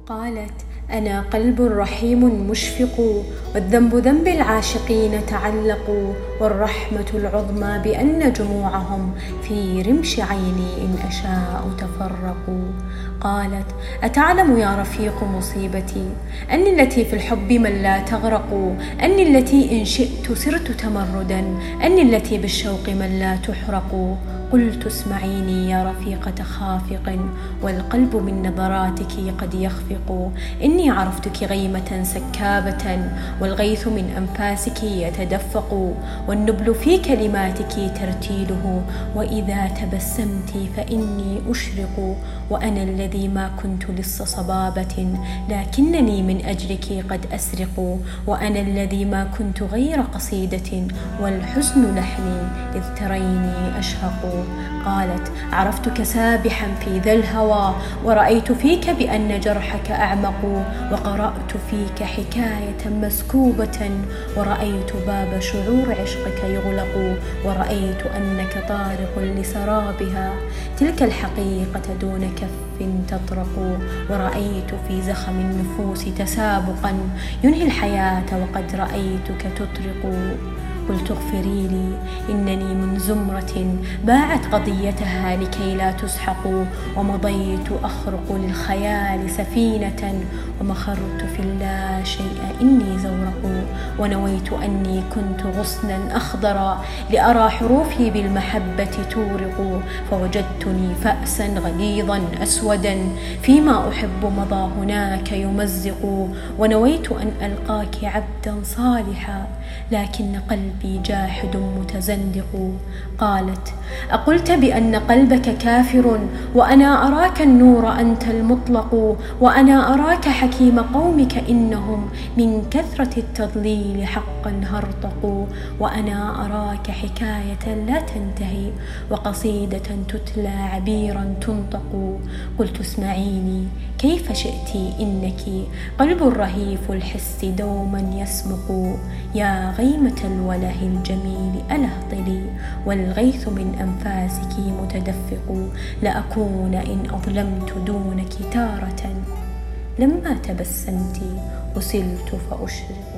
قالت: أنا قلب رحيم مشفق، والذنب ذنب العاشقين تعلق، والرحمة العظمى بأن جموعهم في رمش عيني إن أشاء تفرقوا. قالت: أتعلم يا رفيق مصيبتي، أني التي في الحب من لا تغرق، أني التي إن شئت سرت تمردا، أني التي بالشوق من لا تحرق. قلت: اسمعيني يا رفيقة خافق، والقلب من نظراتك قد يخفق، إني عرفتك غيمة سكابة، والغيث من أنفاسك يتدفق، والنبل في كلماتك ترتيله، وإذا تبسمت فإني أشرق، وأنا الذي ما كنت لص صبابة، لكنني من أجلك قد أسرق، وأنا الذي ما كنت غير قصيدة، والحزن لحني إذ تريني أشهق. قالت: عرفتك سابحا في ذا الهوى، ورأيت فيك بأن جرحك أعمق، وقرأت فيك حكاية مسكوبة، ورأيت باب شعور عشقك يغلق، ورأيت أنك طارق لسرابها، تلك الحقيقة دون كف تطرق، ورأيت في زخم النفوس تسابقا ينهي الحياة، وقد رأيتك تطرق. قلت: اغفري لي، إنني من زمرة باعت قضيتها لكي لا تسحق، ومضيت أخرق للخيال سفينة، ومخرت في اللا شيء إني زورق، ونويت أني كنت غصنا أخضرا لأرى حروفي بالمحبة تورق، فوجدتني فأسا غليظا أسودا فيما أحب مضى هناك يمزق، ونويت أن ألقاك عبدا صالحا، لكن قلبي جاحد متزندق. قالت: أقلت بأن قلبك كافر، وأنا أراك النور أنت المطلق، وأنا أراك حكيم قومك إنهم من كثرة التضليل حقا هرطقوا، وأنا أراك حكاية لا تنتهي، وقصيدة تتلى عبيرا تنطق. قلت: اسمعيني كيف شئت، إنك قلب رهيف الحس دوما يسمق، يا غيمة الوله الجميل ألهطلي، والغيث من أنفاسك متدفق، لأكون إن أظلمت دونك تارة، لما تبسمت أسلت فأشرق.